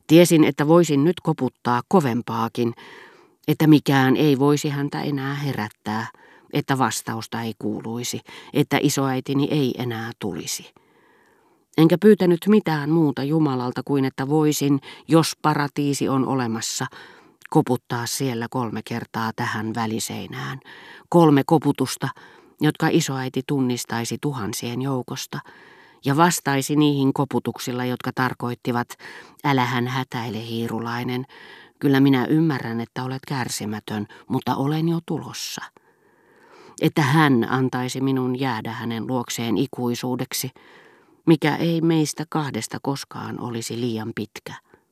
Tiesin, että voisin nyt koputtaa kovempaakin, että mikään ei voisi häntä enää herättää, että vastausta ei kuuluisi, että isoäitini ei enää tulisi. Enkä pyytänyt mitään muuta Jumalalta kuin että voisin, jos paratiisi on olemassa, koputtaa siellä 3 kertaa tähän väliseinään. 3 koputusta, jotka isoäiti tunnistaisi tuhansien joukosta, ja vastaisi niihin koputuksilla, jotka tarkoittivat, älähän hätäile hiirulainen, kyllä minä ymmärrän, että olet kärsimätön, mutta olen jo tulossa. Että hän antaisi minun jäädä hänen luokseen ikuisuudeksi, mikä ei meistä 2 koskaan olisi liian pitkä.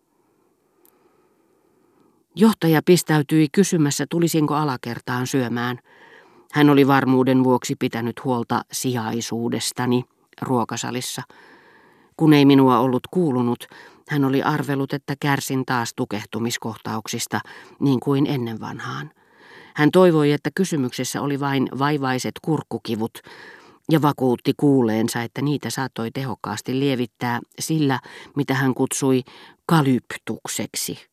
Johtaja pistäytyi kysymässä, tulisinko alakertaan syömään. Hän oli varmuuden vuoksi pitänyt huolta sijaisuudestani ruokasalissa. Kun ei minua ollut kuulunut, hän oli arvellut, että kärsin taas tukehtumiskohtauksista, niin kuin ennen vanhaan. Hän toivoi, että kysymyksessä oli vain vaivaiset kurkkukivut, ja vakuutti kuuleensa, että niitä saattoi tehokkaasti lievittää sillä, mitä hän kutsui kalyptukseksi.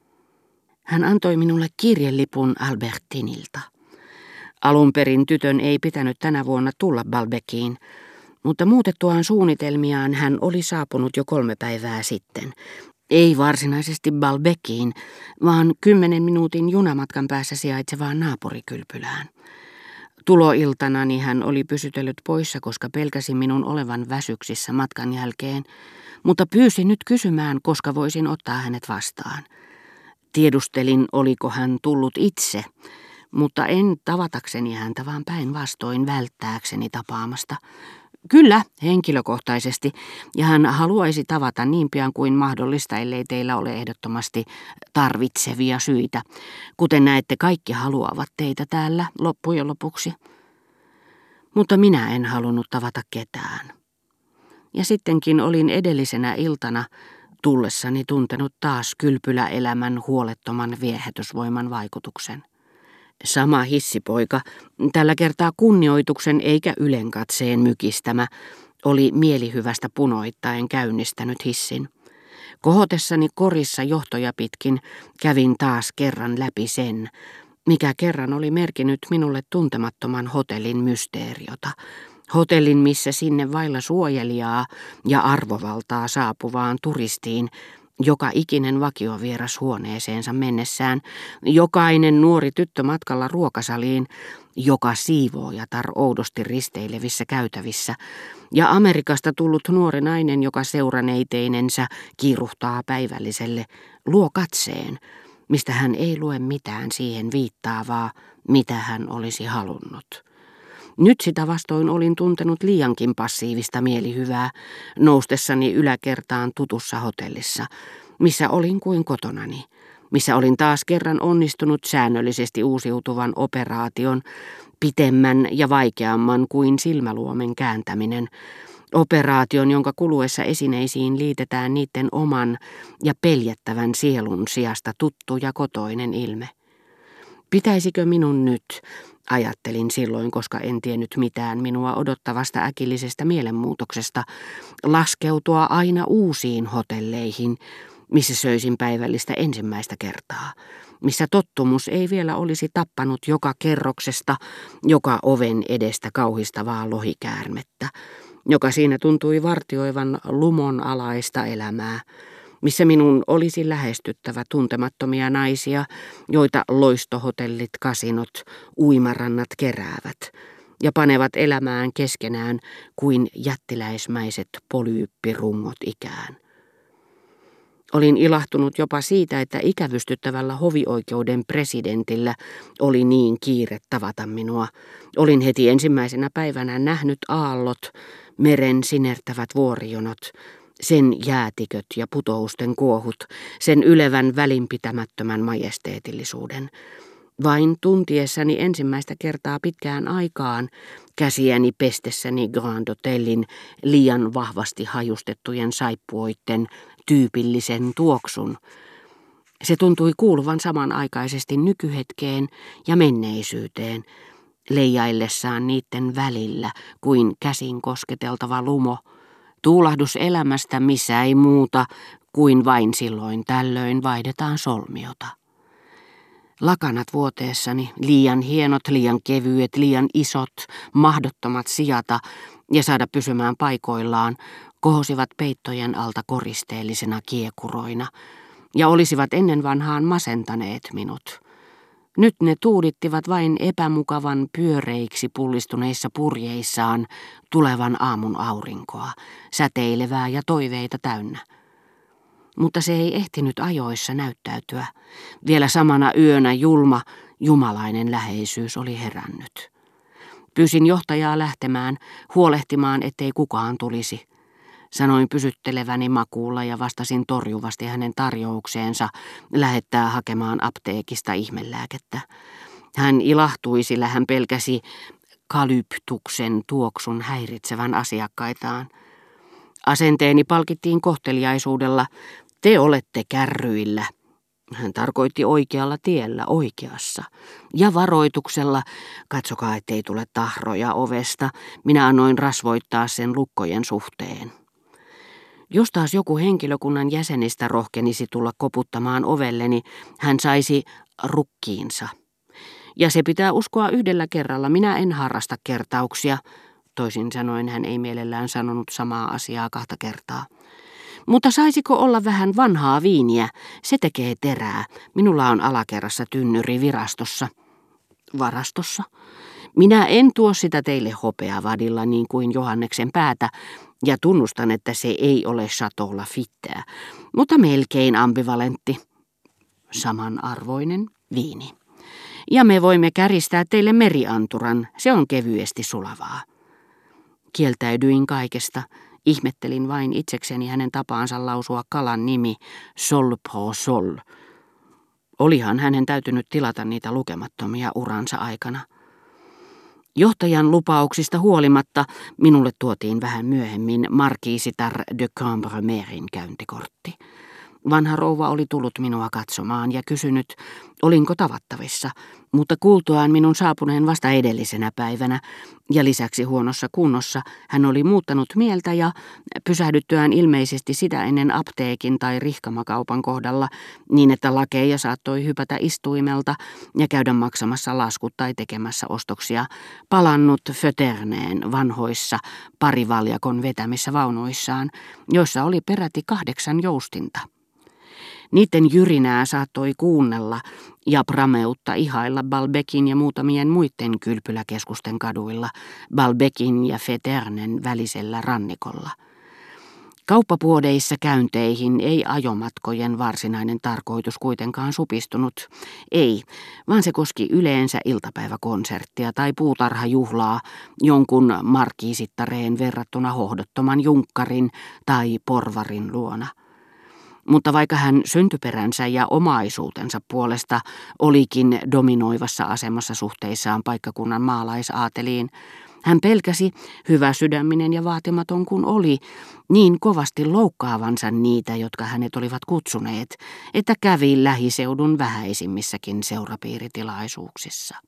Hän antoi minulle kirjelipun Albertinilta. Alun perin tytön ei pitänyt tänä vuonna tulla Balbeciin, mutta muutettuaan suunnitelmiaan hän oli saapunut jo 3 päivää sitten. Ei varsinaisesti Balbeciin, vaan 10 minuutin junamatkan päässä sijaitsevaan naapurikylpylään. Tuloiltanani hän oli pysytellyt poissa, koska pelkäsi minun olevan väsyksissä matkan jälkeen, mutta pyysi nyt kysymään, koska voisin ottaa hänet vastaan. Tiedustelin, oliko hän tullut itse, mutta en tavatakseni häntä, vaan päinvastoin välttääkseni tapaamasta. Kyllä, henkilökohtaisesti, ja hän haluaisi tavata niin pian kuin mahdollista, ellei teillä ole ehdottomasti tarvitsevia syitä. Kuten näette, kaikki haluavat teitä täällä loppujen lopuksi. Mutta minä en halunnut tavata ketään. Ja sittenkin olin edellisenä iltana tullessani tuntenut taas kylpyläelämän huolettoman viehätysvoiman vaikutuksen. Sama hissipoika, tällä kertaa kunnioituksen eikä ylenkatseen mykistämä, oli mielihyvästä punoittaen käynnistänyt hissin. Kohotessani korissa johtoja pitkin kävin taas kerran läpi sen, mikä kerran oli merkinnyt minulle tuntemattoman hotellin mysteeriota. Hotellin, missä sinne vailla suojelijaa ja arvovaltaa saapuvaan turistiin joka ikinen vakiovieras huoneeseensa mennessään, jokainen nuori tyttö matkalla ruokasaliin, joka siivoojatar oudosti risteilevissä käytävissä, ja Amerikasta tullut nuori nainen, joka seuraneiteinensä kiiruhtaa päivälliselle, luo katseen, mistä hän ei lue mitään siihen viittaavaa, mitä hän olisi halunnut. Nyt sitä vastoin olin tuntenut liiankin passiivista mielihyvää noustessani yläkertaan tutussa hotellissa, missä olin kuin kotonani, missä olin taas kerran onnistunut säännöllisesti uusiutuvan operaation, pitemmän ja vaikeamman kuin silmäluomen kääntäminen, operaation, jonka kuluessa esineisiin liitetään niiden oman ja peljättävän sielun sijasta tuttu ja kotoinen ilme. Pitäisikö minun nyt, ajattelin silloin, koska en tiennyt mitään minua odottavasta äkillisestä mielenmuutoksesta, laskeutua aina uusiin hotelleihin, missä söisin päivällistä ensimmäistä kertaa, missä tottumus ei vielä olisi tappanut joka kerroksesta, joka oven edestä kauhistavaa lohikäärmettä, joka siinä tuntui vartioivan lumon alaista elämää, missä minun olisi lähestyttävä tuntemattomia naisia, joita loistohotellit, kasinot, uimarannat keräävät ja panevat elämään keskenään kuin jättiläismäiset polyyppirungot ikään. Olin ilahtunut jopa siitä, että ikävystyttävällä hovioikeuden presidentillä oli niin kiire tavata minua. Olin heti ensimmäisenä päivänä nähnyt aallot, meren sinertävät vuorijonot, sen jäätiköt ja putousten kuohut, sen ylevän välinpitämättömän majesteetillisuuden. Vain tuntiessani ensimmäistä kertaa pitkään aikaan, käsiäni pestessäni Grand Hotellin liian vahvasti hajustettujen saippuoitten tyypillisen tuoksun, se tuntui kuuluvan samanaikaisesti nykyhetkeen ja menneisyyteen, leijaillessaan niiden välillä kuin käsin kosketeltava lumo, tuulahdus elämästä, missä ei muuta kuin vain silloin tällöin vaihdetaan solmiota. Lakanat vuoteessani, liian hienot, liian kevyet, liian isot, mahdottomat sijata ja saada pysymään paikoillaan, kohosivat peittojen alta koristeellisena kiekuroina ja olisivat ennen vanhaan masentaneet minut. Nyt ne tuudittivat vain epämukavan pyöreiksi pullistuneissa purjeissaan tulevan aamun aurinkoa, säteilevää ja toiveita täynnä. Mutta se ei ehtinyt ajoissa näyttäytyä. Vielä samana yönä julma, jumalainen läheisyys oli herännyt. Pyysin johtajaa lähtemään, huolehtimaan, ettei kukaan tulisi. Sanoin pysytteleväni makuulla ja vastasin torjuvasti hänen tarjoukseensa lähettää hakemaan apteekista ihmelääkettä. Hän ilahtui, sillä hän pelkäsi kalyptuksen tuoksun häiritsevän asiakkaitaan. Asenteeni palkittiin kohteliaisuudella. Te olette kärryillä. Hän tarkoitti oikealla tiellä, oikeassa. Ja varoituksella, katsokaa ettei tule tahroja ovesta, minä annoin rasvoittaa sen lukkojen suhteen. Jos taas joku henkilökunnan jäsenistä rohkenisi tulla koputtamaan ovelleni, hän saisi rukkiinsa. Ja se pitää uskoa yhdellä kerralla, minä en harrasta kertauksia. Toisin sanoen hän ei mielellään sanonut samaa asiaa 2 kertaa. Mutta saisiko olla vähän vanhaa viiniä? Se tekee terää. Minulla on alakerrassa tynnyri virastossa. Varastossa? Minä en tuo sitä teille hopeavadilla niin kuin Johanneksen päätä, ja tunnustan, että se ei ole Chateau Laffitteä, mutta melkein ambivalentti. Samanarvoinen viini. Ja me voimme käristää teille merianturan, se on kevyesti sulavaa. Kieltäydyin kaikesta. Ihmettelin vain itsekseni hänen tapaansa lausua kalan nimi Sol pro Sol. Olihan hänen täytynyt tilata niitä lukemattomia uransa aikana. Johtajan lupauksista huolimatta minulle tuotiin vähän myöhemmin markiisitar de Cambremerin käyntikortti. Vanha rouva oli tullut minua katsomaan ja kysynyt, olinko tavattavissa, mutta kuultuaan minun saapuneen vasta edellisenä päivänä ja lisäksi huonossa kunnossa hän oli muuttanut mieltä ja pysähdyttyään ilmeisesti sitä ennen apteekin tai rihkamakaupan kohdalla niin, että lakeja saattoi hypätä istuimelta ja käydä maksamassa laskut tai tekemässä ostoksia, palannut Föterneen vanhoissa parivaljakon vetämissä vaunuissaan, joissa oli peräti 8 joustinta. Niiden jyrinää saattoi kuunnella ja prameutta ihailla Balbecin ja muutamien muiden kylpyläkeskusten kaduilla, Balbecin ja Feternen välisellä rannikolla. Kauppapuodeissa käynteihin ei ajomatkojen varsinainen tarkoitus kuitenkaan supistunut. Ei, vaan se koski yleensä iltapäiväkonserttia tai puutarhajuhlaa jonkun markiisittareen verrattuna hohdottoman junkkarin tai porvarin luona. Mutta vaikka hän syntyperänsä ja omaisuutensa puolesta olikin dominoivassa asemassa suhteissaan paikkakunnan maalaisaateliin, hän pelkäsi, hyväsydäminen ja vaatimaton kun oli, niin kovasti loukkaavansa niitä, jotka hänet olivat kutsuneet, että kävi lähiseudun vähäisimmissäkin seurapiiritilaisuuksissa.